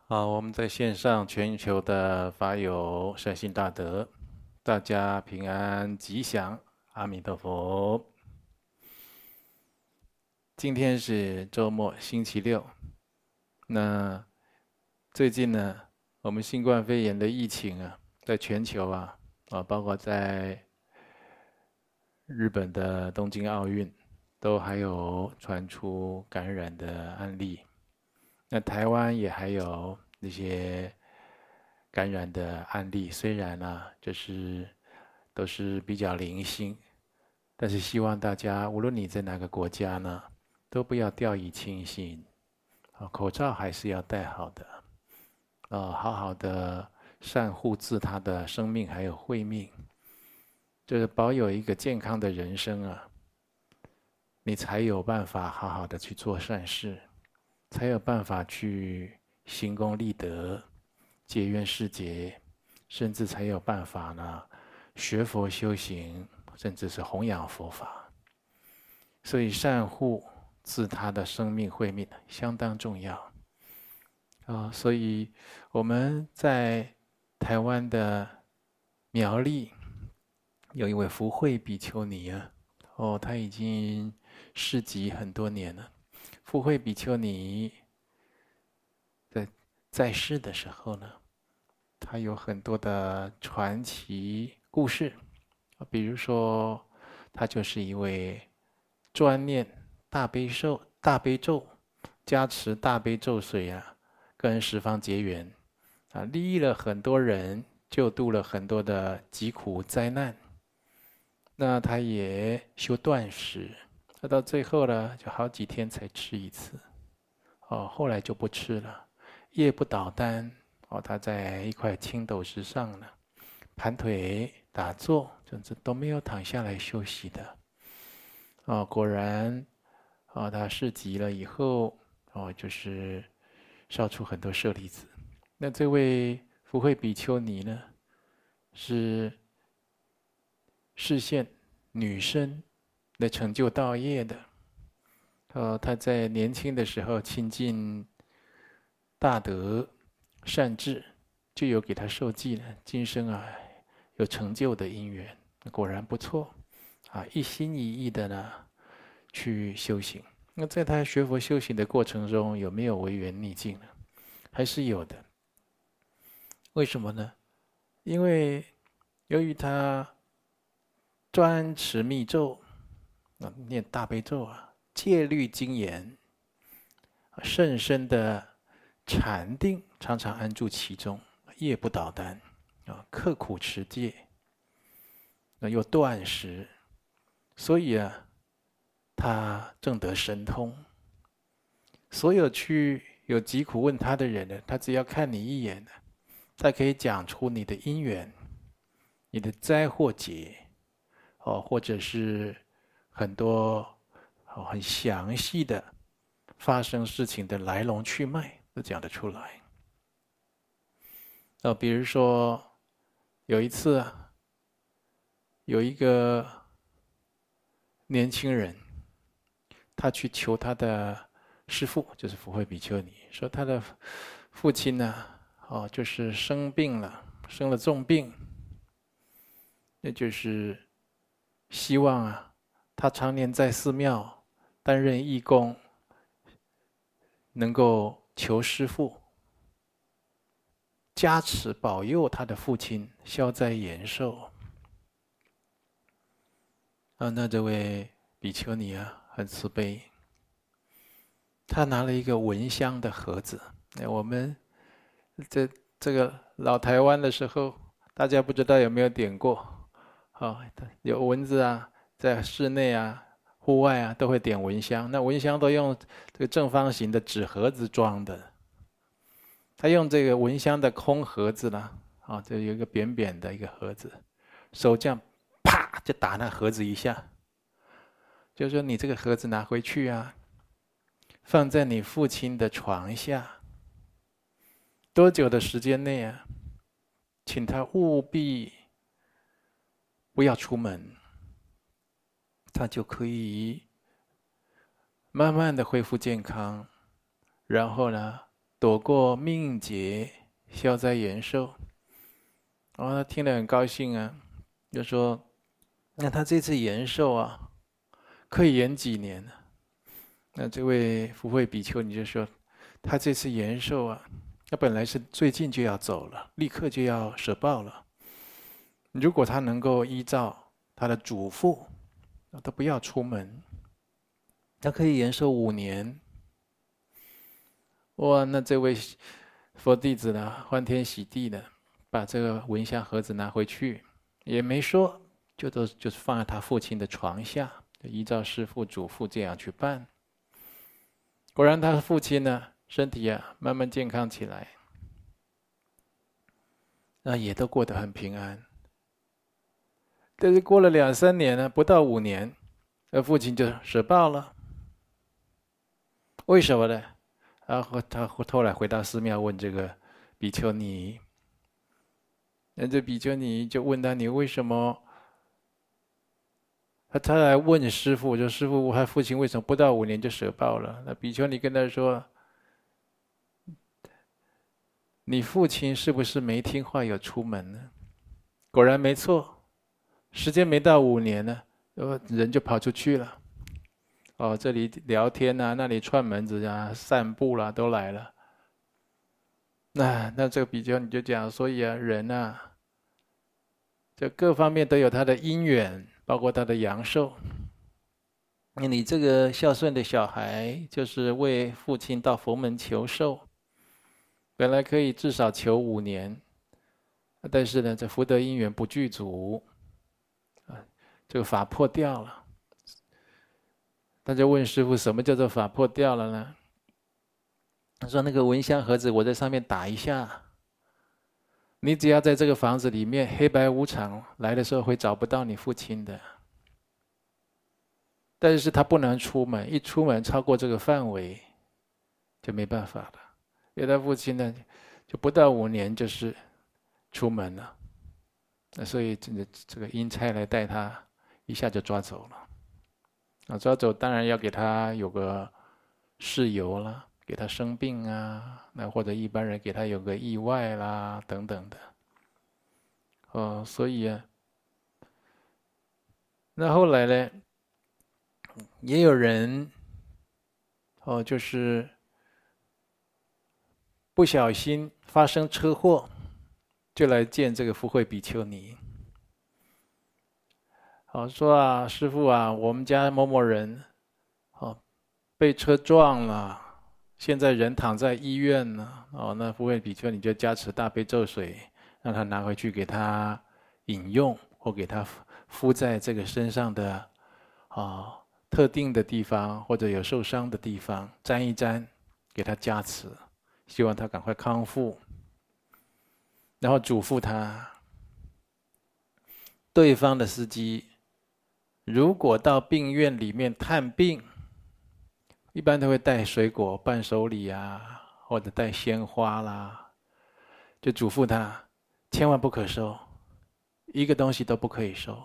好，我们在线上全球的法友善心大德，大家平安吉祥，阿弥陀佛。今天是周末，星期六。那最近呢，我们新冠肺炎的疫情啊，在全球包括在日本的东京奥运，都还有传出感染的案例。那台湾也还有那些感染的案例，虽然呢，都是比较零星，但是希望大家，无论你在哪个国家呢，都不要掉以轻心，口罩还是要戴好的，好好的善护自他的生命还有慧命，就是保有一个健康的人生啊，你才有办法好好的去做善事，才有办法去行功立德，结缘世结，甚至才有办法呢学佛修行，甚至是弘扬佛法。所以善护自他的生命慧命相当重要所以我们在台湾的苗栗有一位福慧比丘尼她已经逝籍很多年了。福慧比丘尼在世的时候呢，她有很多的传奇故事，比如说，她就是一位专念大悲咒加持大悲咒水跟十方结缘利益了很多人，救度了很多的疾苦灾难。那他也修断食，那到最后呢，就好几天才吃一次，后来就不吃了。夜不倒单，他在一块青斗石上呢，盘腿打坐，甚至都没有躺下来休息的。果然，他市集了以后，就是烧出很多舍利子。那这位福慧比丘尼呢，是视线女生来成就道业的。她在年轻的时候亲近大德善智，就有给她受记了，今生有成就的因缘，果然不错一心一意的呢去修行。那在他学佛修行的过程中，有没有违缘逆境呢？还是有的。为什么呢？因为由于他专持密咒，念大悲咒戒律精严，甚深的禅定常常安住其中，夜不倒单刻苦持戒，又断食，所以他正得神通。所有去有疾苦问他的人呢，他只要看你一眼他可以讲出你的因缘、你的灾祸劫或者是很多很详细的发生事情的来龙去脉都讲得出来。比如说有一次有一个年轻人，他去求他的师父，就是福慧比丘尼，说他的父亲呢，就是生病了，生了重病，那就是希望他常年在寺庙担任义工，能够求师父加持保佑他的父亲消灾延寿。那这位比丘尼很慈悲，他拿了一个蚊香的盒子。我们这个老台湾的时候，大家不知道有没有点过？有蚊子在室内户外都会点蚊香。那蚊香都用这个正方形的纸盒子装的。他用这个蚊香的空盒子呢，这有一个扁扁的一个盒子，手这样啪就打那盒子一下，就说你这个盒子拿回去放在你父亲的床下，多久的时间内请他务必不要出门，他就可以慢慢的恢复健康，然后呢， 躲过命劫，消灾延寿。他听了很高兴啊，就说：“那他这次延寿啊，可以延几年呢？”那这位福慧比丘尼就说：“他这次延寿啊，他本来是最近就要走了，立刻就要舍报了。如果他能够依照他的嘱咐，都不要出门，他可以延寿5年。”哇，那这位佛弟子呢，欢天喜地的把这个蚊香盒子拿回去，也没说，就是放在他父亲的床下，依照师父嘱咐这样去办。果然，他父亲呢，身体啊慢慢健康起来，那也都过得很平安。但是过了2、3年呢，不到5年，父亲就舍报了。为什么呢？他后来回到寺庙问这个比丘尼，那这比丘尼就问他：“你为什么？”他来问师父，说：“师父，他父亲为什么不到5年就舍报了？”那比丘尼跟他说：“你父亲是不是没听话，有出门呢？”果然没错，时间没到5年呢，人就跑出去了。这里聊天啊，那里串门子啊，散步啦，都来了。那这个比丘尼就讲，所以啊，人啊，这各方面都有他的因缘，包括他的阳寿。你这个孝顺的小孩，就是为父亲到佛门求寿，本来可以至少求5年，但是呢，这福德因缘不具足，这个法破掉了。他就问师父，什么叫做法破掉了呢？他说：“那个蚊香盒子，我在上面打一下，你只要在这个房子里面，黑白无常，来的时候会找不到你父亲的。但是他不能出门，一出门超过这个范围，就没办法了。因为他父亲呢，就不到5年就是出门了，所以这个阴差来带他，一下就抓走了。抓走当然要给他有个事由啦，给他生病啊，那或者一般人给他有个意外啦等等的。所以啊，那后来呢，也有人就是不小心发生车祸，就来见这个福慧比丘尼。说啊，师父啊，我们家某某人，被车撞了，现在人躺在医院呢。那福慧比丘尼就加持大悲咒水，让他拿回去给他饮用，或给他敷在这个身上的特定的地方，或者有受伤的地方沾一沾，给他加持，希望他赶快康复。然后嘱咐他，对方的司机如果到病院里面探病，一般都会带水果、伴手礼啊，或者带鲜花啦，就嘱咐他千万不可收，一个东西都不可以收。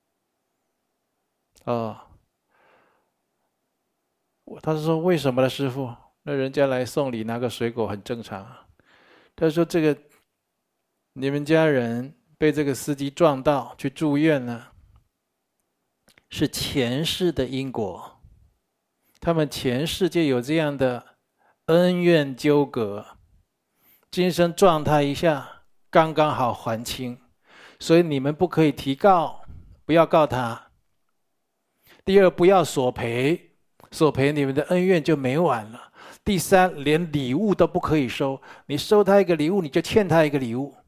他说为什么呢，师父？那人家来送礼拿个水果很正常啊。他说这个你们家人被这个司机撞到去住院了，是前世的因果，他们前世就有这样的恩怨纠葛，今生撞他一下，刚刚好还清，所以你们不可以提告，不要告他。第二，不要索赔，索赔你们的恩怨就没完了。第三，连礼物都不可以收，你收他一个礼物，你就欠他一个礼物，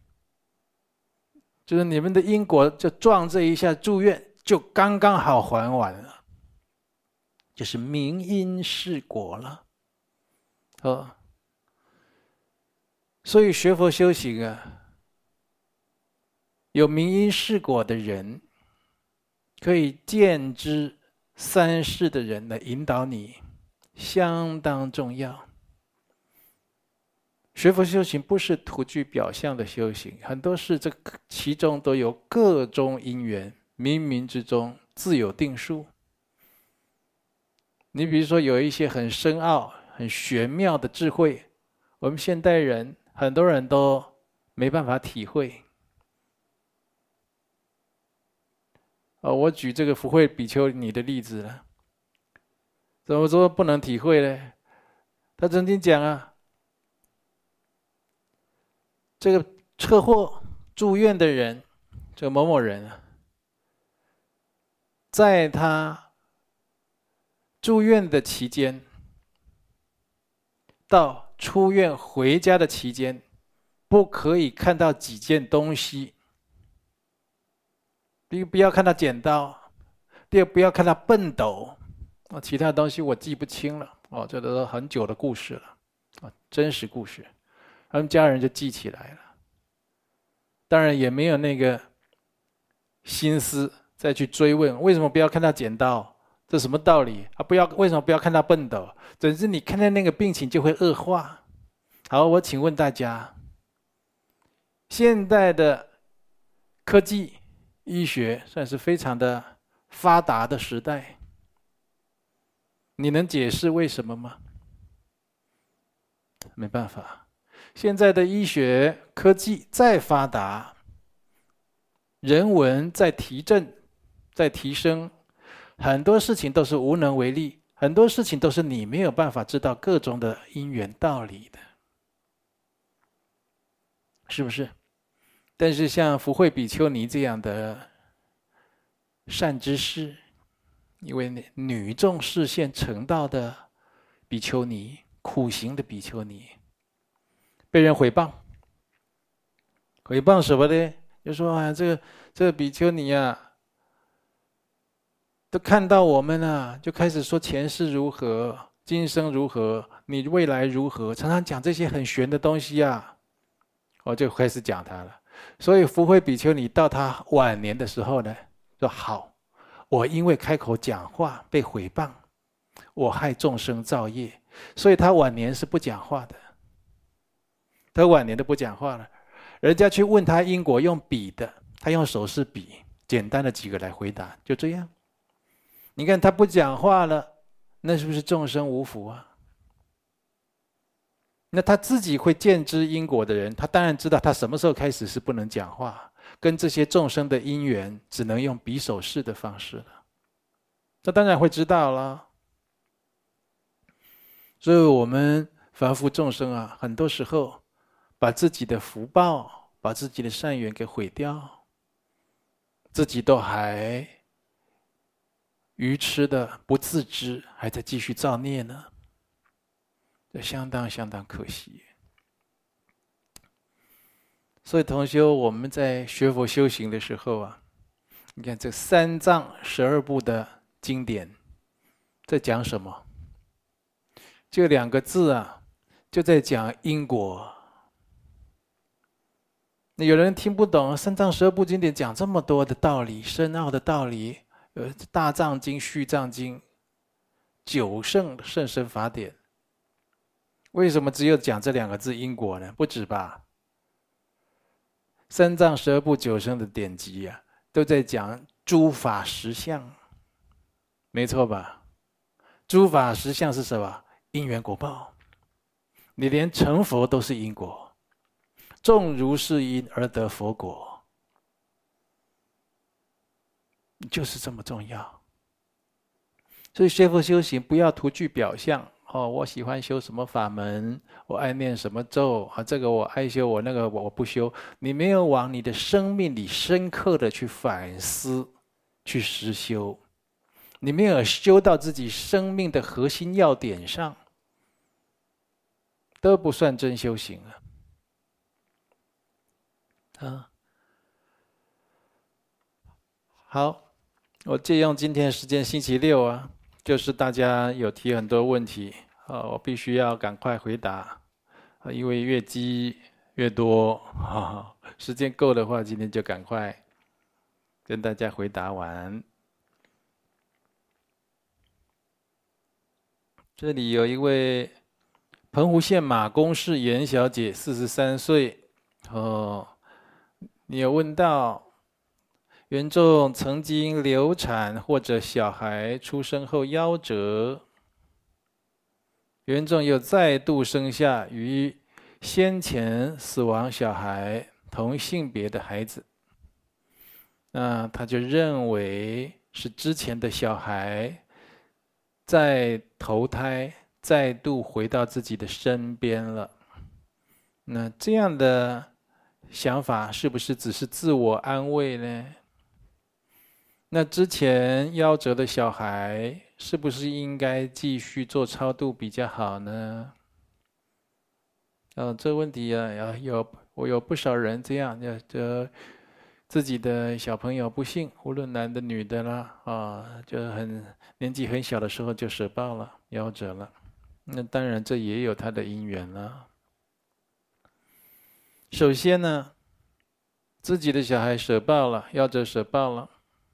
就是你们的因果就撞这一下住院，就刚刚好还完了，就是明因是果了。所以学佛修行啊，有明因是果的人，可以见知三世的人来引导你，相当重要。学佛修行不是图具表象的修行，很多事这其中都有各种因缘，冥冥之中自有定数。你比如说有一些很深奥、很玄妙的智慧， 我们现代人很多人都没办法体会。我举这个福慧比丘尼的例子了，怎么说不能体会呢？他曾经讲啊，这个车祸住院的人，这个某某人啊，在他住院的期间到出院回家的期间，不可以看到几件东西。第一，不要看到剪刀；第二，不要看到畚斗。其他东西我记不清了。这都是很久的故事了，真实故事。他们家人就记起来了，当然也没有那个心思再去追问为什么不要看到剪刀，这什么道理啊？为什么不要看到畚斗？总之，你看到那个病情就会恶化。好，我请问大家，现代的科技医学算是非常的发达的时代，你能解释为什么吗？没办法。现在的医学科技再发达，人文在提振，在提升，很多事情都是无能为力，很多事情都是你没有办法知道各种的因缘道理的，是不是？但是像福慧比丘尼这样的善知识，一位女众示现成道的比丘尼，苦行的比丘尼，被人诽谤，诽谤什么呢？就说啊，这个比丘尼啊，都看到我们啊，就开始说前世如何，今生如何，你未来如何，常常讲这些很玄的东西啊。我就开始讲他了。所以福慧比丘尼到他晚年的时候呢，说好，我因为开口讲话被诽谤，我害众生造业，所以他晚年是不讲话的。他晚年都不讲话了，人家去问他因果用比的，他用手势比，简单的几个来回答，就这样。你看他不讲话了，那是不是众生无福啊？那他自己会见知因果的人，他当然知道他什么时候开始是不能讲话，跟这些众生的因缘只能用比手势的方式了。他当然会知道了。所以我们凡夫众生啊，很多时候把自己的福报、把自己的善缘给毁掉，自己都还愚痴的不自知，还在继续造孽呢，这相当相当可惜。所以同修，我们在学佛修行的时候啊，你看这三藏12部的经典在讲什么？这2个字啊，就在讲因果。那有人听不懂，三藏12部经典讲这么多的道理，深奥的道理，大藏经、续藏经、9圣甚深法典，为什么只有讲这2个字因果呢？不止吧？三藏12部9圣的典籍啊，都在讲诸法实相，没错吧？诸法实相是什么？因缘果报。你连成佛都是因果，种如是因而得佛果，就是这么重要。所以学佛修行不要图具表象。我喜欢修什么法门，我爱念什么咒啊，这个我爱修，我那个我不修。你没有往你的生命里深刻的去反思，去实修，你没有修到自己生命的核心要点上，都不算真修行啊。好，我借用今天的时间，星期六啊。就是大家有提很多问题，我必须要赶快回答，因为越积越多，时间够的话，今天就赶快跟大家回答完。这里有一位澎湖县马公市严小姐，43岁，你有问到。缘众曾经流产或者小孩出生后夭折，缘众又再度生下于先前死亡小孩同性别的孩子，那他就认为是之前的小孩再投胎，再度回到自己的身边了。那这样的想法是不是只是自我安慰呢？那之前夭折的小孩是不是应该继续做超度比较好呢？这问题啊，我有不少人这样，自己的小朋友不幸，无论男的女的啦，就年纪很小的时候就舍报了，夭折了。那当然这也有他的因缘了。首先呢，自己的小孩舍报了，夭折舍报了。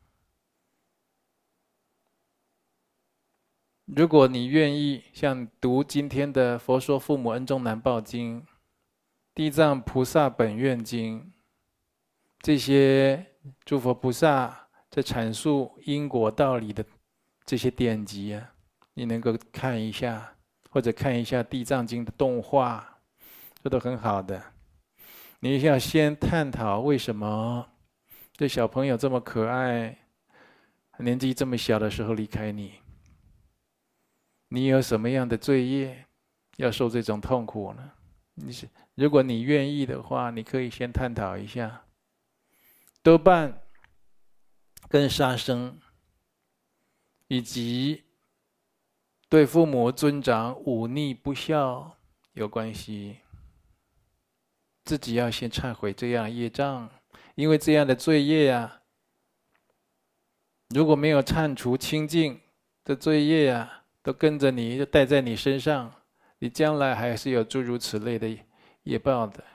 如果你愿意，像读今天的《佛说父母恩重难报经》《地藏菩萨本愿经》，这些诸佛菩萨在阐述因果道理的这些典籍啊，你能够看一下，或者看一下《地藏经》的动画，这都很好的。你要先探讨为什么这小朋友这么可爱，年纪这么小的时候离开你。你有什么样的罪业，要受这种痛苦呢？如果你愿意的话，你可以先探讨一下。多半跟杀生以及对父母尊长忤逆不孝有关系。自己要先忏悔这样的业障，因为这样的罪业啊，如果没有忏除清净的罪业啊，都跟着你，就带在你身上，你将来还是有诸如此类的业报的。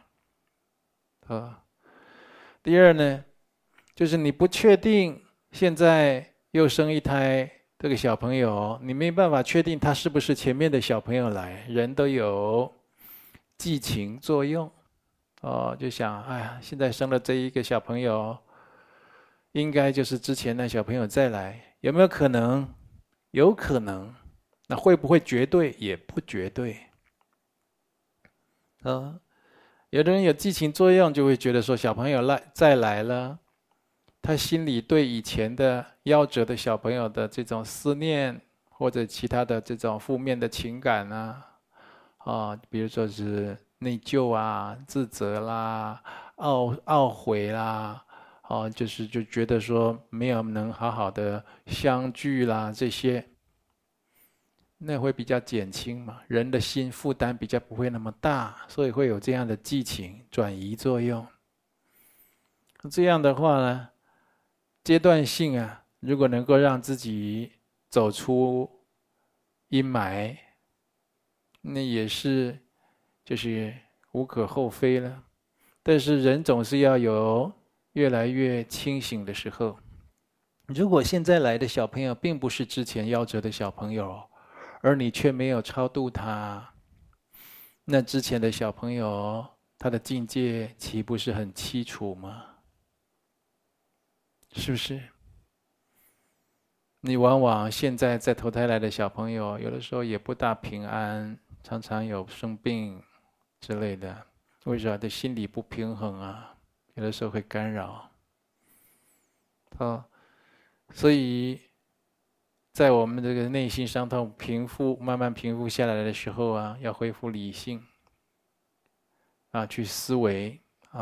第二呢，就是你不确定现在又生一胎这个小朋友，你没办法确定他是不是前面的小朋友来，人都有寄情作用。就想，哎呀，现在生了这一个小朋友，应该就是之前那小朋友再来，有没有可能？有可能。那会不会绝对？也不绝对。有的人有寄情作用，就会觉得说小朋友再来了，他心里对以前的夭折的小朋友的这种思念，或者其他的这种负面的情感比如说是内疚啊、自责啦、懊悔啦，就觉得说没有能好好的相聚啦，这些。那会比较减轻嘛，人的心负担比较不会那么大，所以会有这样的激情转移作用。这样的话呢，阶段性啊，如果能够让自己走出阴霾，那也是就是无可厚非了。但是人总是要有越来越清醒的时候。如果现在来的小朋友并不是之前夭折的小朋友，而你却没有超度他，那之前的小朋友他的境界岂不是很凄楚吗？是不是？你往往现在在投胎来的小朋友，有的时候也不大平安，常常有生病之类的，为啥？他心理不平衡啊，有的时候会干扰。所以在我们这个内心伤痛慢慢平复下来的时候啊，要恢复理性去思维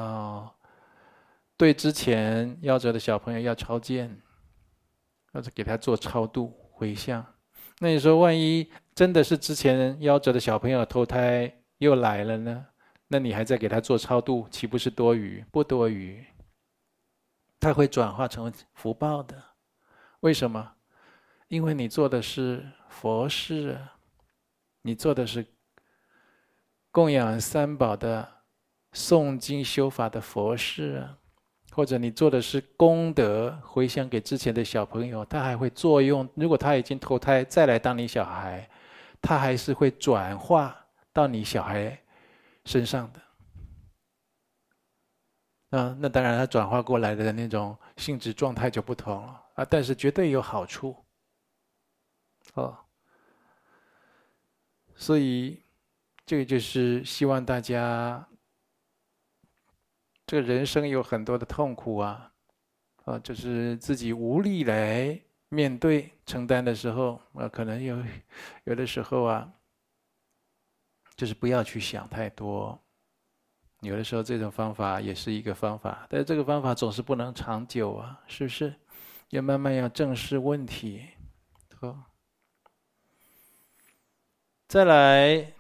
对之前夭折的小朋友要超荐，要给他做超度回向。那你说，万一真的是之前夭折的小朋友投胎又来了呢？那你还在给他做超度，岂不是多余？不多余，他会转化成福报的。为什么？因为你做的是佛事你做的是供养三宝的诵经修法的佛事或者你做的是功德回向给之前的小朋友，他还会作用。如果他已经投胎再来当你小孩，他还是会转化到你小孩身上的。那当然，他转化过来的那种性质状态就不同了但是绝对有好处。所以这个就是希望大家，这个人生有很多的痛苦啊，就是自己无力来面对承担的时候，可能有的时候啊，就是不要去想太多。有的时候这种方法也是一个方法，但是这个方法总是不能长久啊，是不是？要慢慢要正视问题。好，再来，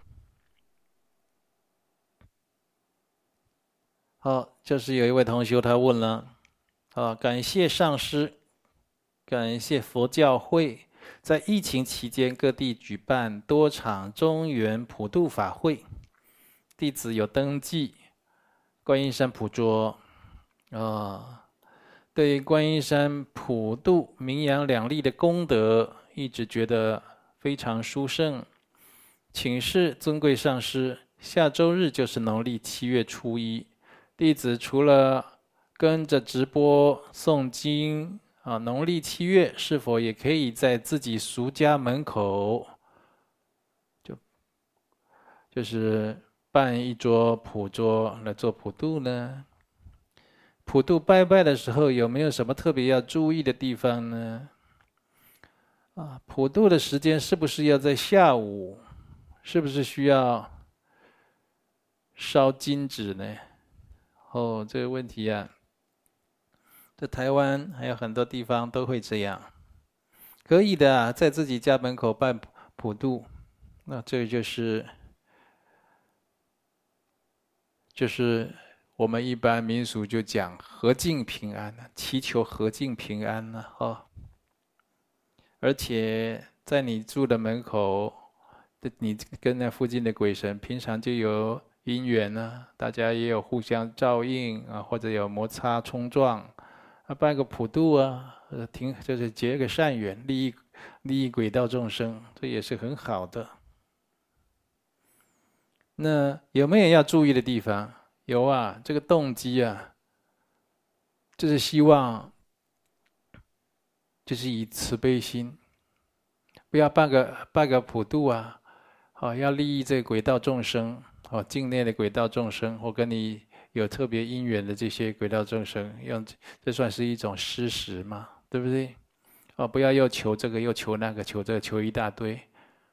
好，就是有一位同学他问了，感谢上师，感谢佛教会，在疫情期间各地举办多场中原普渡法会，弟子有登记观音山普桌，对观音山普渡名扬两利的功德，一直觉得非常殊胜。请示尊贵上师，下周日就是农历7月初一，弟子除了跟着直播诵经农历7月是否也可以在自己俗家门口，就是办一桌普桌来做普渡呢？普渡拜拜的时候有没有什么特别要注意的地方呢？普渡的时间是不是要在下午？是不是需要烧金纸呢？这个问题啊，在台湾还有很多地方都会这样。可以的啊，在自己家门口办普渡，那这就是我们一般民俗就讲和敬平安了，祈求和敬平安了而且在你住的门口，你跟那附近的鬼神平常就有因缘大家也有互相照应或者有摩擦冲撞，办个普渡就是结个善缘，利益鬼道众生，这也是很好的。那有没有要注意的地方？有啊，这个动机就是希望，就是以慈悲心，不要办个普渡要利益这个鬼道众生，境内的鬼道众生，或跟你有特别因缘的这些鬼道众生，这算是一种施食嘛，对不对？不要又求这个又求那个，求这个求一大堆。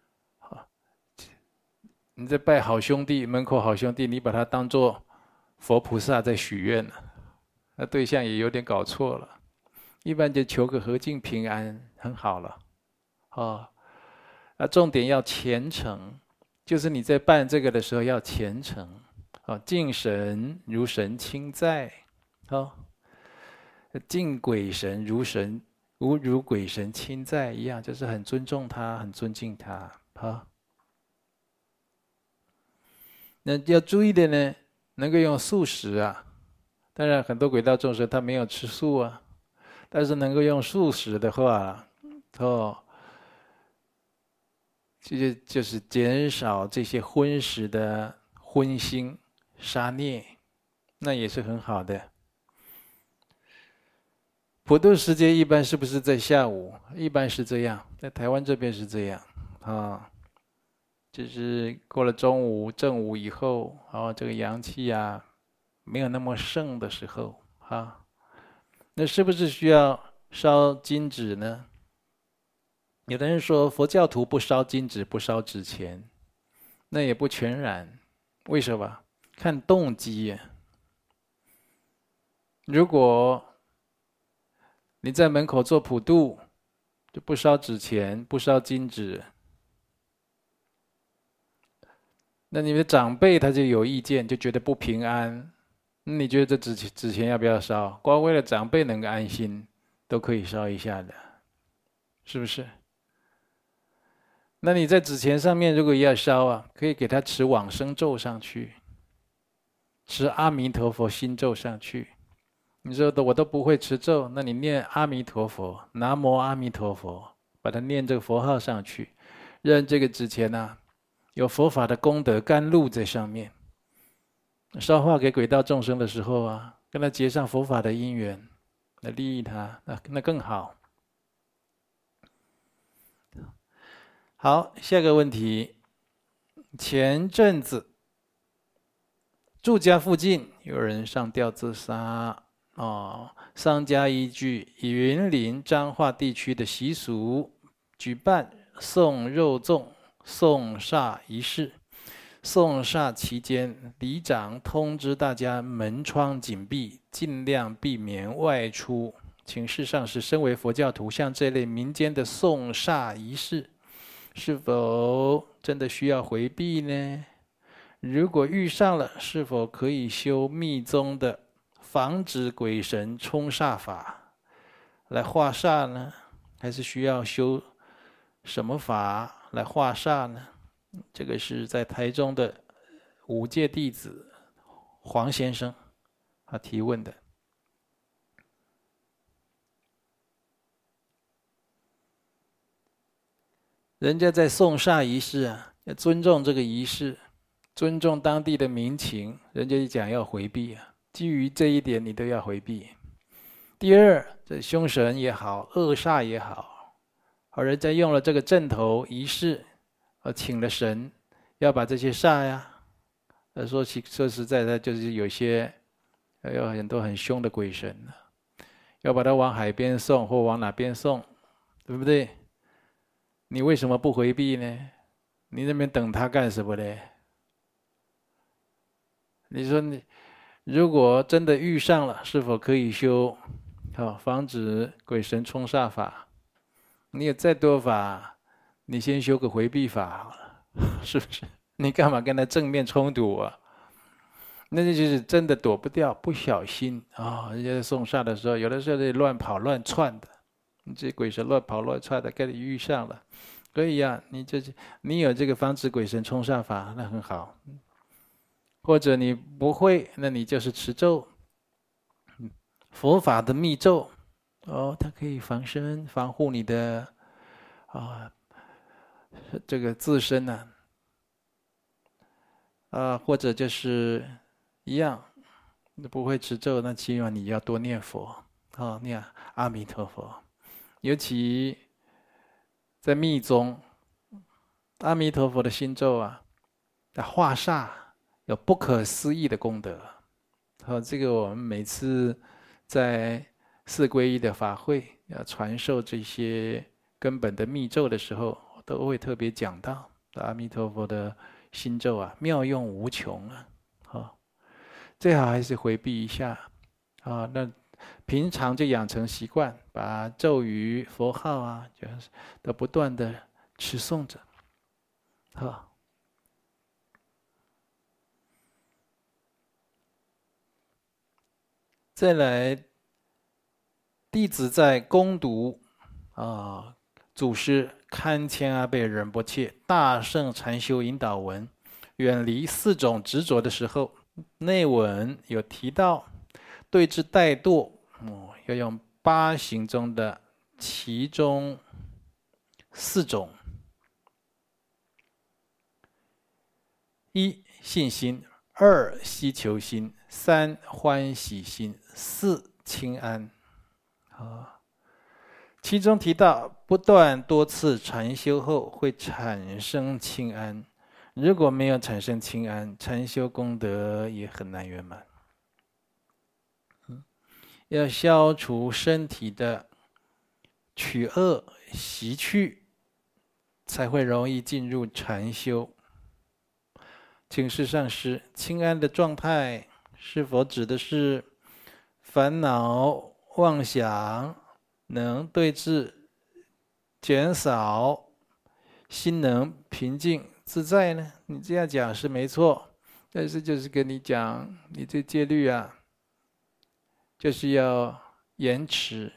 你在拜好兄弟，门口好兄弟，你把他当作佛菩萨在许愿了，那对象也有点搞错了。一般就求个和敬平安，很好了。重点要虔诚，就是你在办这个的时候要虔诚。敬神如神亲在，敬鬼神如鬼神亲在一样，就是很尊重他，很尊敬他。那要注意的呢，能够用素食当然很多鬼道众生他没有吃素但是能够用素食的话，就是减少这些荤食的荤腥杀孽，那也是很好的。普渡时间一般是不是在下午？一般是这样，在台湾这边是这样就是过了中午、正午以后，这个阳气没有那么盛的时候那是不是需要烧金纸呢？有的人说佛教徒不烧金纸、不烧纸钱，那也不全然。为什么？看动机如果你在门口做普渡，就不烧纸钱、不烧金纸，那你的长辈他就有意见，就觉得不平安。那你觉得这纸钱要不要烧？光为了长辈能够安心，都可以烧一下的，是不是？那你在纸钱上面如果要烧可以给他持往生咒上去，持阿弥陀佛心咒上去。你说的我都不会持咒，那你念阿弥陀佛，南无阿弥陀佛，把它念这个佛号上去，让这个纸钱有佛法的功德甘露在上面。烧化给鬼道众生的时候跟他结上佛法的因缘，来利益他，那更好。好，下个问题， 前阵子住家附近有人上吊自杀商家依据云林彰化地区的习俗，举办送肉粽、送煞仪式。送煞期间，里长通知大家门窗紧闭，尽量避免外出。请示上师，身为佛教徒，像这类民间的送煞仪式，是否真的需要回避呢？如果遇上了，是否可以修密宗的防止鬼神冲煞法来化煞呢？还是需要修什么法来化煞呢？这个是在台中的五戒弟子黄先生他提问的。人家在送煞仪式啊，要尊重这个仪式，尊重当地的民情，人家讲要回避啊。基于这一点，你都要回避。第二，这凶神也好，恶煞也好，人家用了这个阵头仪式，请了神，要把这些煞呀，说实在的，就是有些有很多很凶的鬼神，要把它往海边送或往哪边送，对不对？你为什么不回避呢？你那边等他干什么呢？你说你如果真的遇上了，是否可以修防止鬼神冲煞法？你有再多法，你先修个回避法好了，是不是？你干嘛跟他正面冲突啊？那就是真的躲不掉，不小心人家在送煞的时候，有的时候得乱跑乱窜的，这鬼神乱跑乱窜的，跟你遇上了，所以啊，你有这个防止鬼神冲煞法，那很好。或者你不会，那你就是持咒，佛法的密咒，它可以防身防护你的这个自身呢或者就是一样，你不会持咒，那起码你要多念佛念阿弥陀佛。尤其在密宗，阿弥陀佛的心咒化煞有不可思议的功德。这个我们每次在四皈依的法会要传授这些根本的密咒的时候，都会特别讲到阿弥陀佛的心咒妙用无穷最好还是回避一下那平常就养成习惯，把咒语佛号就是都不断的持诵着再来，弟子在攻读祖师堪谦阿倍仁波切大圣禅修引导文，远离四种执着的时候，内文有提到，对治怠惰要用8行中的其中4种：1. 信心；2. 希求心；3. 欢喜心；4. 清安。其中提到，不断多次禅修后会产生清安，如果没有产生清安，禅修功德也很难圆满。要消除身体的取恶习趣，才会容易进入禅修。请示上师，清安的状态是否指的是烦恼妄想能对治减少，心能平静自在呢？你这样讲是没错，但是就是跟你讲，你这戒律就是要延迟，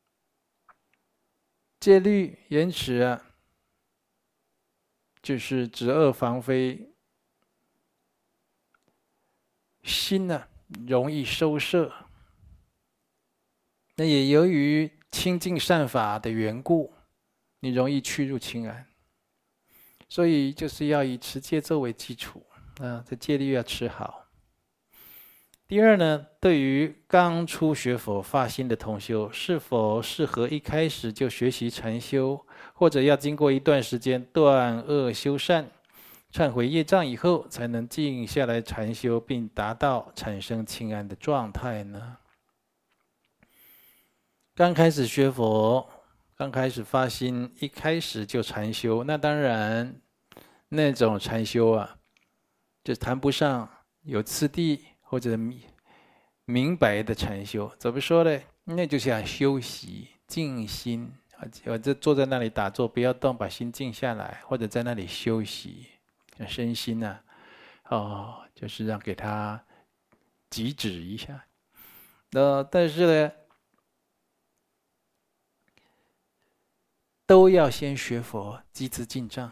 戒律延迟就是止恶防非，心容易收摄。那也由于清净善法的缘故，你容易趋入清安，所以就是要以持戒咒为基础这戒律要持好。第二呢，对于刚初学佛发心的同修，是否适合一开始就学习禅修，或者要经过一段时间断恶修善， 忏悔业障以后，才能静下来禅修，并达到产生清安的状态呢？刚开始学佛，刚开始发心，一开始就禅修，那当然那种禅修啊，就谈不上有次第或者明白的禅修。怎么说呢？那就像休息、静心啊，我就坐在那里打坐，不要动，把心静下来，或者在那里休息。身心呢、就是让给他极止一下。但是呢，都要先学佛，积资进账。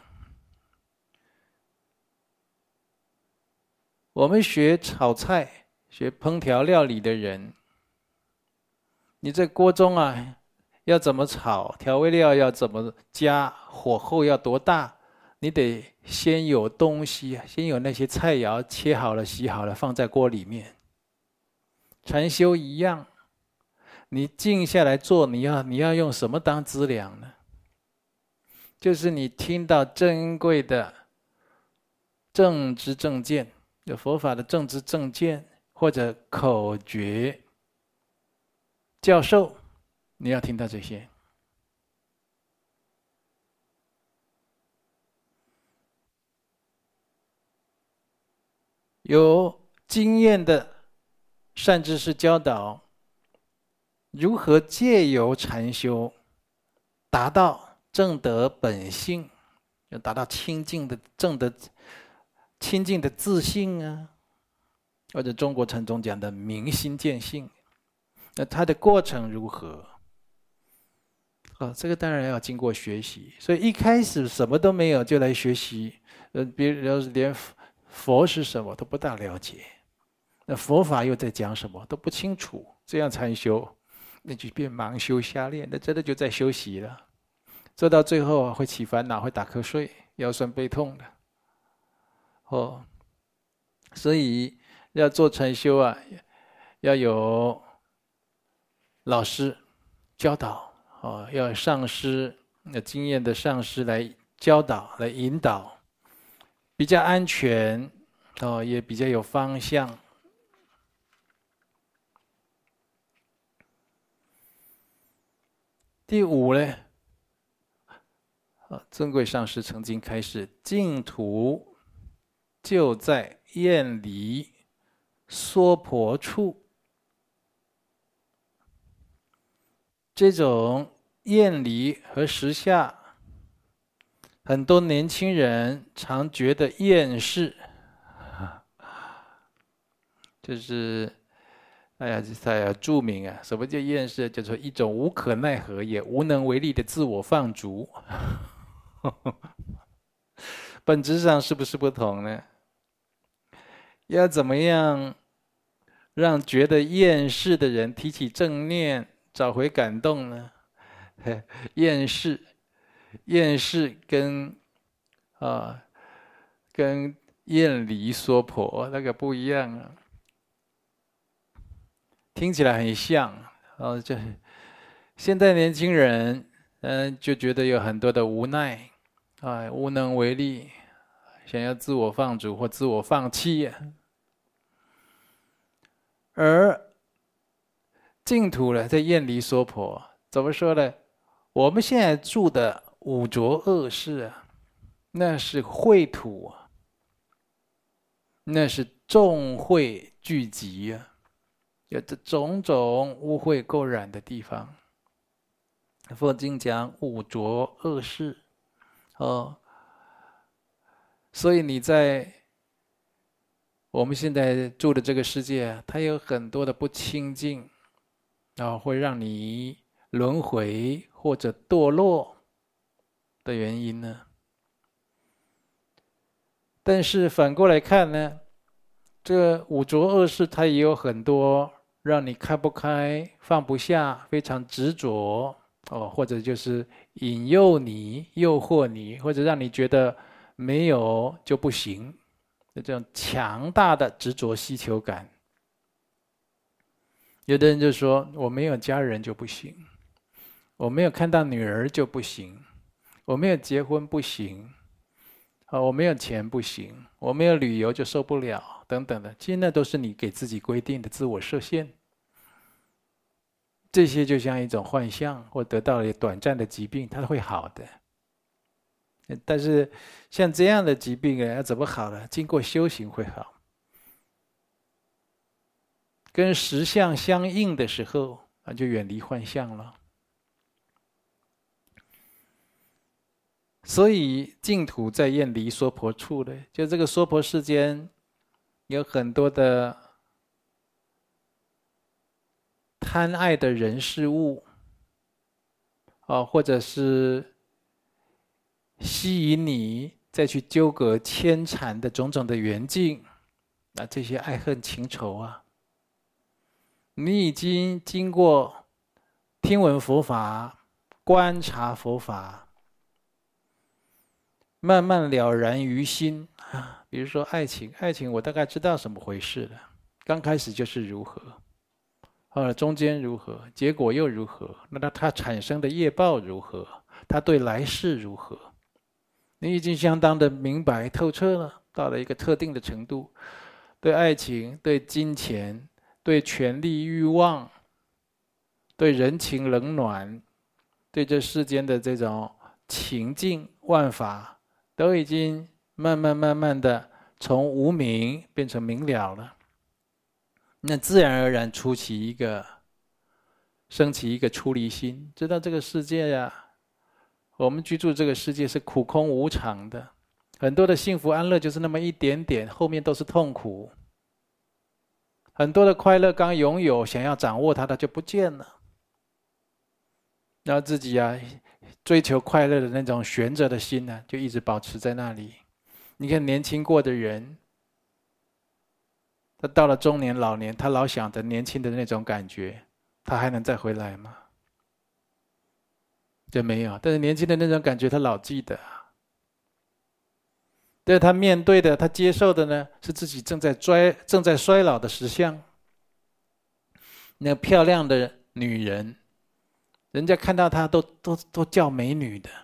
我们学炒菜、学烹调料理的人，你在锅中啊，要怎么炒，调味料要怎么加，火候要多大？你得先有东西，先有那些菜肴切好了、洗好了，放在锅里面。禅修一样，你静下来做，你要用什么当资粮呢？就是你听到珍贵的正知正见，有佛法的正知正见，或者口诀教授，你要听到这些。有经验的善知识教导如何借由禅修达到正得本性，要达到清净的正得清净的自性啊，或者中国禅宗讲的明心见性。那它的过程如何？这个当然要经过学习。所以一开始什么都没有就来学习，别人连佛是什么都不大了解，那佛法又在讲什么都不清楚，这样禅修，那就变盲修瞎练，那真的就在休息了。做到最后会起烦恼，会打瞌睡，腰酸背痛的。所以要做禅修啊，要有老师教导，要有上师，有经验的上师来教导、来引导，比较安全，也比较有方向。第五呢，尊贵上师曾经开示：净土就在厌离娑婆处。这种厌离和时下，很多年轻人常觉得厌世，就是注明啊，什么叫厌世？就是一种无可奈何也无能为力的自我放逐。本质上是不是不同呢？要怎么样让觉得厌世的人提起正念，找回感动呢？厌世跟厌离娑婆那个不一样啊，听起来很像。就现在年轻人，就觉得有很多的无奈，无能为力，想要自我放逐或自我放弃。而净土呢，在厌离娑婆，怎么说呢？我们现在住的五浊恶世啊，那是秽土啊，那是众秽聚集啊，有着种种污秽垢染的地方。佛经讲五浊恶世，所以你在我们现在住的这个世界，它有很多的不清净，会让你轮回或者堕落的原因呢。但是反过来看呢，这五浊恶世它也有很多让你看不开、放不下、非常执着，或者就是引诱你、诱惑你，或者让你觉得没有就不行的这种强大的执着需求感。有的人就说：“我没有家人就不行，我没有看到女儿就不行，我没有结婚不行， 我没有钱不行，我没有旅游就受不了，等等的。其实那都是你给自己规定的自我设限。这些就像一种幻象，或得到了短暂的疾病，它会好的。但是像这样的疾病要怎么好呢？经过修行会好。跟实相相应的时候，就远离幻象了。所以净土在厌离娑婆处的，就这个娑婆世间有很多的贪爱的人事物，或者是吸引你再去纠葛牵缠的种种的缘境，这些爱恨情仇啊，你已经经过听闻佛法、观察佛法，慢慢了然于心啊。比如说爱情，爱情我大概知道什么回事了，刚开始就是如何，中间如何，结果又如何？那它产生的业报如何？它对来世如何？你已经相当的明白透彻了，到了一个特定的程度，对爱情、对金钱、对权力欲望、对人情冷暖、对这世间的这种情境万法，都已经慢慢的从无明变成明了了。那自然而然升起一个出离心，知道这个世界呀，我们居住这个世界是苦空无常的，很多的幸福安乐就是那么一点点，后面都是痛苦。很多的快乐刚拥有，想要掌握它，它就不见了。然后自己追求快乐的那种悬着的心呢，就一直保持在那里。你看年轻过的人，他到了中年老年，他老想着年轻的那种感觉，他还能再回来吗？就没有。但是年轻的那种感觉，他老记得。但是他面对的，他接受的呢，是自己正在衰老的实相。那漂亮的女人，人家看到她都叫美女的，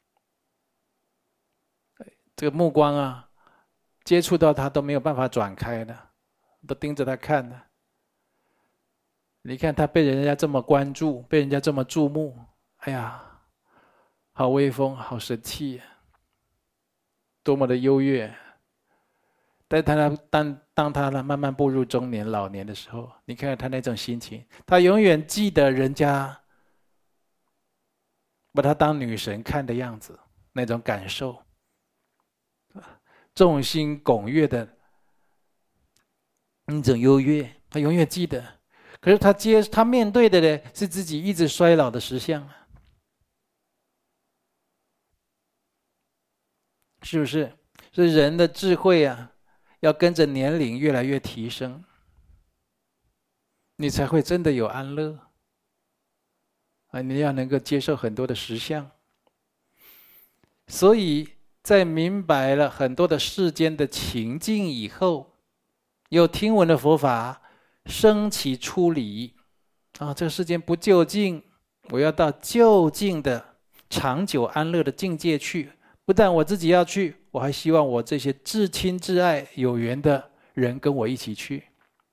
这个目光接触到她都没有办法转开的，都盯着她看的。你看她被人家这么关注，被人家这么注目，哎呀，好威风，好神气，多么的优越。但当他慢慢步入中年老年的时候，你看看他那种心情，他永远记得人家把他当女神看的样子，那种感受，众星拱月的那种优越，他永远记得。可是他面对的呢，是自己一直衰老的实相，是不是？是人的智慧要跟着年龄越来越提升，你才会真的有安乐你要能够接受很多的实相。所以在明白了很多的世间的情境以后，又听闻了佛法，升起出离这个世间不究竟，我要到究竟的长久安乐的境界去。不但我自己要去，我还希望我这些至亲至爱有缘的人跟我一起去。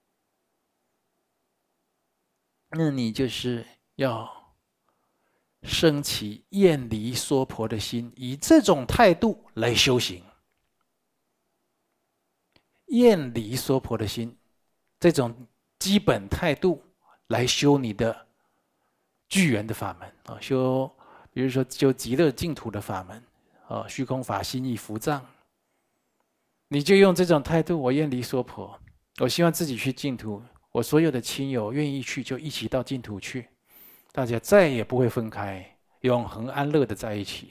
那你就是要升起厌离娑婆的心，以这种态度来修行。厌离娑婆的心，这种基本态度来修你的具缘的法门比如说修极乐净土的法门虚空法心意伏藏，你就用这种态度，我厌离娑婆，我希望自己去净土，我所有的亲友愿意去就一起到净土去，大家再也不会分开，永恒安乐的在一起。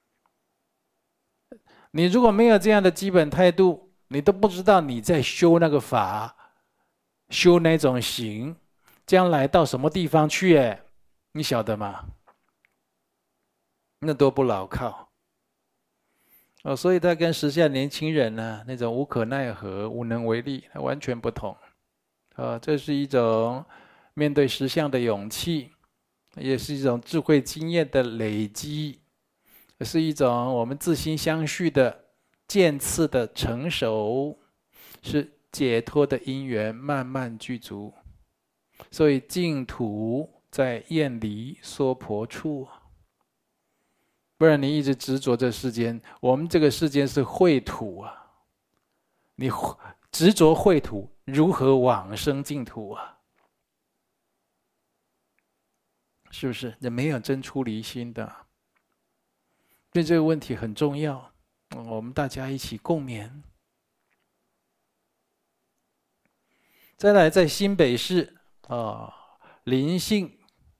你如果没有这样的基本态度，你都不知道你在修那个法，修那种行，将来到什么地方去你晓得吗？那多不牢靠所以他跟时下年轻人那种无可奈何、无能为力完全不同这是一种面对实相的勇气，也是一种智慧经验的累积，是一种我们自心相续的渐次的成熟，是解脱的因缘慢慢具足。所以净土在厌离娑婆处，不然你一直执着这世间，我们这个世间是秽土啊，你执着秽土，如何往生净土啊？是不是？这没有真出离心的，所以这个问题很重要，我们大家一起共勉。再来，在新北市林姓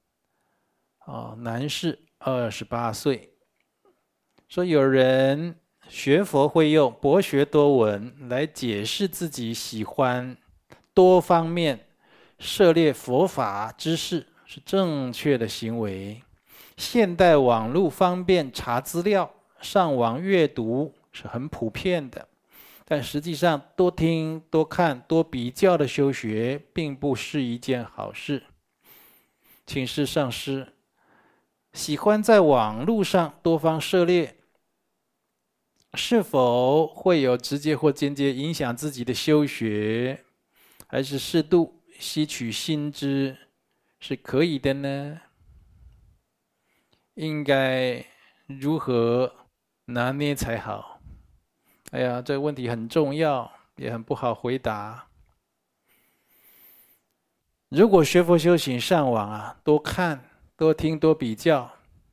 男士28岁，说有人学佛会用博学多闻来解释自己喜欢多方面涉猎佛法知识，是正确的行为。现代网络方便查资料，上网阅读是很普遍的。但实际上，多听、多看、多比较的修学，并不是一件好事。请示上师，喜欢在网络上多方涉猎，是否会有直接或间接影响自己的修学？还是适度吸取新知是可以的呢？应该如何拿捏才好？哎呀，这个问题很重要，也很不好回答。如果学佛修行上网啊，多看、多听、多比较，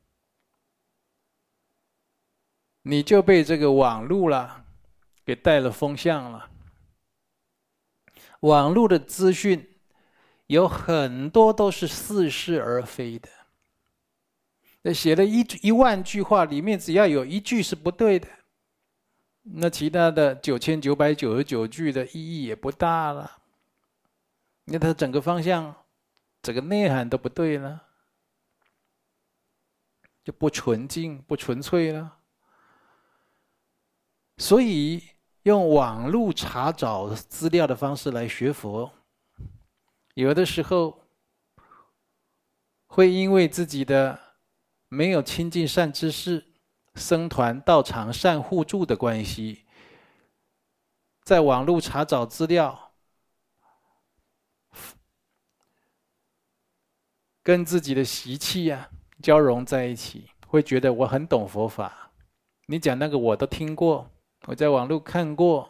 你就被这个网路了给带了风向了。网路的资讯有很多都是似是而非的。那写了一万句话，里面只要有一句是不对的，那其他的9999句的意义也不大了。那它整个方向、整个内涵都不对了，就不纯净、不纯粹了。所以用网络查找资料的方式来学佛，有的时候会因为自己的没有亲近善知识、僧团道场善互助的关系，在网络查找资料，跟自己的习气啊交融在一起，会觉得我很懂佛法，你讲那个我都听过，我在网络看过，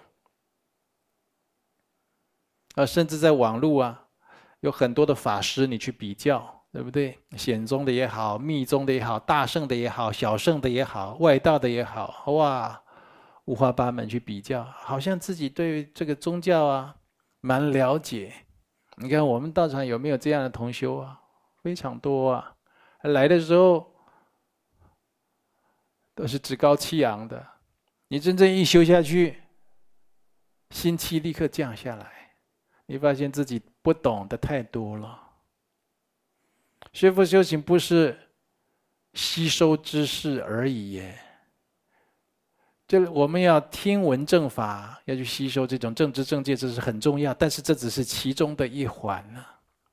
甚至在网络啊有很多的法师你去比较，对不对？显宗的也好，密宗的也好，大圣的也好，小圣的也好，外道的也好，哇，五花八门去比较，好像自己对这个宗教啊蛮了解。你看我们道场有没有这样的同修啊？非常多啊！来的时候都是趾高气扬的，你真正一修下去，心气立刻降下来，你发现自己不懂的太多了。学佛修行不是吸收知识而已耶，就我们要听闻正法，要去吸收这种正知正见，这是很重要，但是这只是其中的一环呢。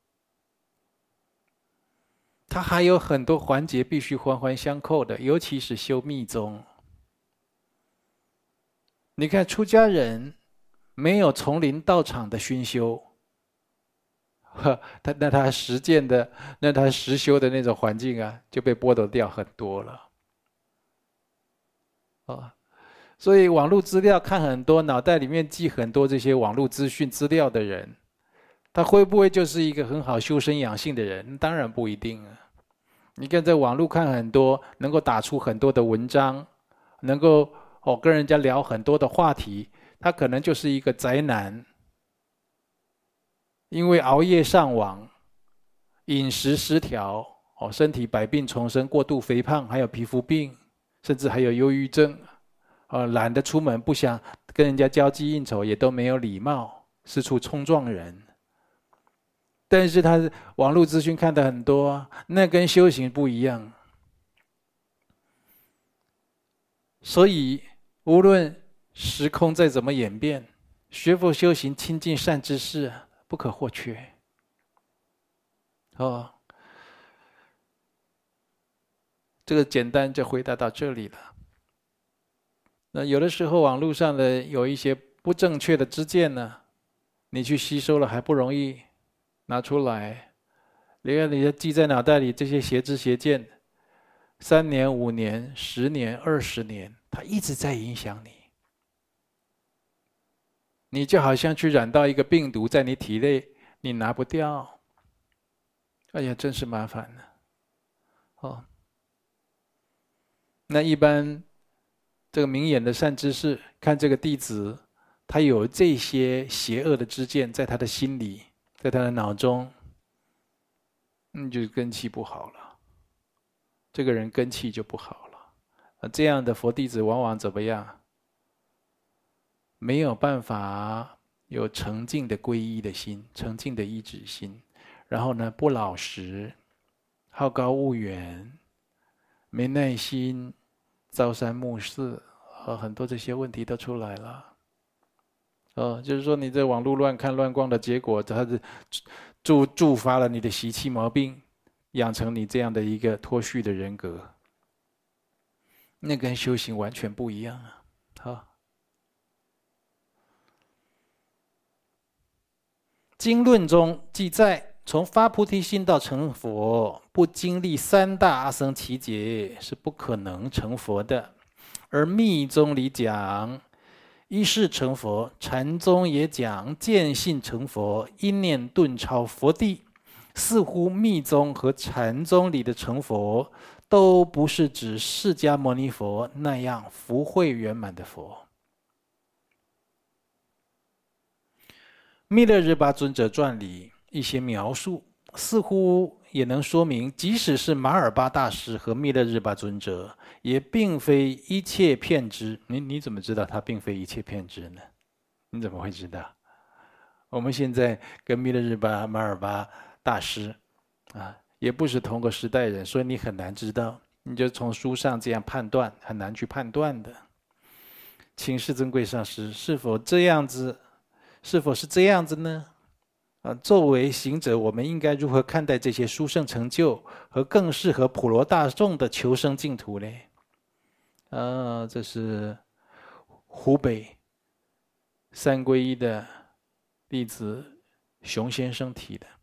它还有很多环节必须环环相扣的，尤其是修密宗。你看出家人没有丛林道场的熏修，他实践的，那他实修的那种环境啊，就被剥夺掉很多了。所以网络资料看很多，脑袋里面记很多这些网络资讯资料的人，他会不会就是一个很好修身养性的人？当然不一定啊。你看在网络看很多，能够打出很多的文章，能够跟人家聊很多的话题，他可能就是一个宅男，因为熬夜上网、饮食失调，身体百病丛生，过度肥胖，还有皮肤病，甚至还有忧郁症，懒得出门，不想跟人家交际应酬，也都没有礼貌，四处冲撞人。但是他网络资讯看的很多啊，那跟修行不一样。所以无论时空再怎么演变，学佛修行亲近善知识不可或缺。这个简单就回答到这里了。 那有的时候网络上的有一些不正确的知见呢，你去吸收了还不容易拿出来，你要记在脑袋里这些邪知邪见，3年、5年、10年、20年，它一直在影响你。你就好像去染到一个病毒在你体内，你拿不掉。哎呀，真是麻烦了。哦，那一般这个明眼的善知识看这个弟子，他有这些邪恶的知见在他的心里，在他的脑中，就根气不好了。这个人根气就不好了。这样的佛弟子往往怎么样？没有办法有澄净的皈依的心，澄净的依止心，然后呢，不老实，好高骛远，没耐心，朝三暮四，很多这些问题都出来了。就是说你在网络乱看乱逛的结果，它是触发了你的习气毛病，养成你这样的一个脱序的人格，那跟修行完全不一样啊！好。经论中记载，从发菩提心到成佛，不经历3大阿僧祇劫是不可能成佛的。而密宗里讲一世成佛，禅宗也讲见性成佛，一念顿超佛地。似乎密宗和禅宗里的成佛，都不是指释迦牟尼佛那样福慧圆满的佛。密勒日巴尊者传里一些描述，似乎也能说明，即使是马尔巴大师和密勒日巴尊者，也并非一切骗知。你怎么知道他并非一切骗知呢？你怎么会知道？我们现在跟密勒日巴、马尔巴大师也不是同个时代人，所以你很难知道。你就从书上这样判断，很难去判断的。请示尊贵上师，是否是这样子呢？作为行者，我们应该如何看待这些殊胜成就和更适合普罗大众的求生净土呢？这是湖北三皈依的弟子熊先生提的。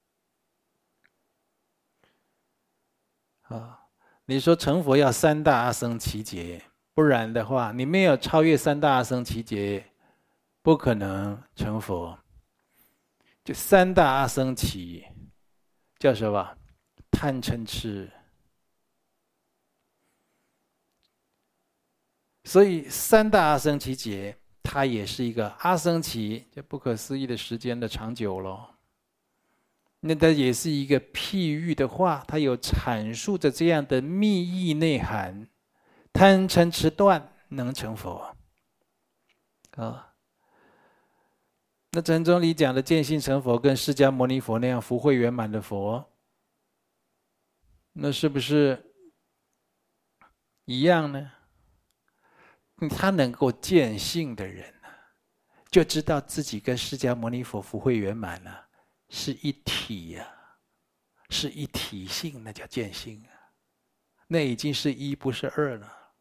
你说成佛要3大阿僧祇劫，不然的话，你没有超越3大阿僧祇劫，不可能成佛。就3大阿僧祇叫什么？贪嗔痴。所以3大阿僧祇劫，它也是一个阿僧祇，就不可思议的时间的长久咯。那它也是一个譬喻的话，它有阐述着这样的密意内涵：贪嗔痴断能成佛。那禅宗里讲的见性成佛，跟释迦牟尼佛那样福慧圆满的佛，那是不是一样呢？他能够见性的人就知道自己跟释迦牟尼佛福慧圆满了，是一体呀，是一体性，那叫见性啊，那已经是1不是2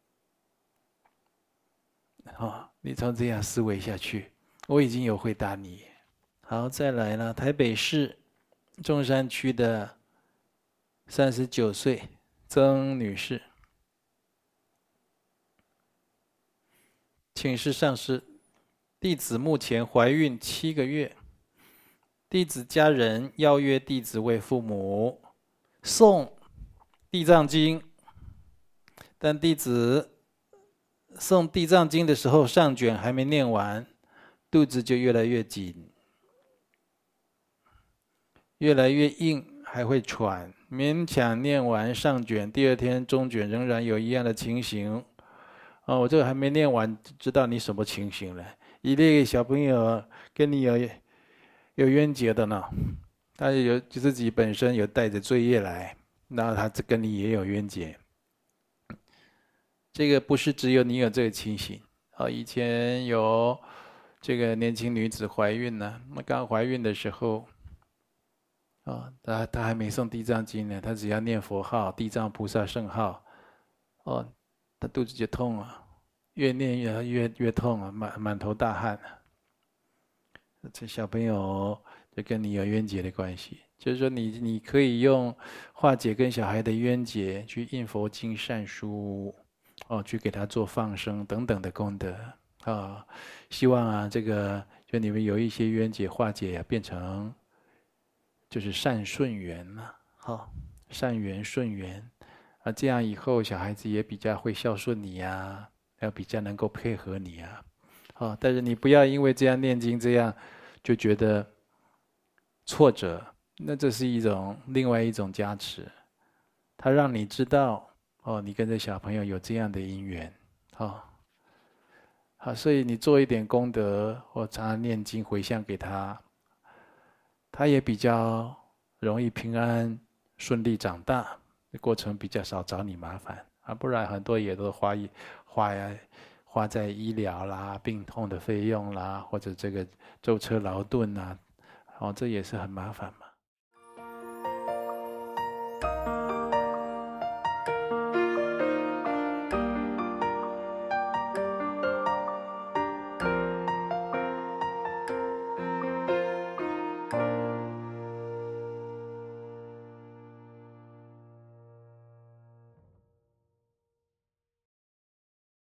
了。你从这样思维下去，我已经有回答你。好，再来了，台北市中山区的39岁曾女士，请示上师，弟子目前怀孕7个月，弟子家人邀约弟子为父母诵地藏经，但弟子诵地藏经的时候，上卷还没念完，肚子就越来越紧，越来越硬，还会喘，勉强念完上卷，第2天中卷仍然有一样的情形。我这个还没念完，知道你什么情形了？一类小朋友跟你有冤结的呢，他有自己本身有带着罪业来，那他跟你也有冤结。这个不是只有你有这个情形。以前有这个年轻女子怀孕呢，那刚怀孕的时候，她还没诵地藏经呢，她只要念佛号、地藏菩萨圣号，她肚子就痛了。 越念越痛啊，满头大汗啊。这小朋友就跟你有冤结的关系，就是说你可以用化解跟小孩的冤结，去印佛经善书，哦，去给他做放生等等的功德啊。希望啊，这个就你们有一些冤结化解啊，变成就是善顺缘嘛，好，善缘顺缘啊，这样以后小孩子也比较会孝顺你呀，要比较能够配合你呀。哦，但是你不要因为这样念经这样就觉得挫折，那这是另外一种加持，它让你知道哦，你跟这小朋友有这样的因缘，哦，好，所以你做一点功德或常常念经回向给他，他也比较容易平安顺利长大，过程比较少找你麻烦啊，不然很多也都花呀花在医疗啦、病痛的费用啦，或者这个舟车劳顿啦，哦，这也是很麻烦嘛。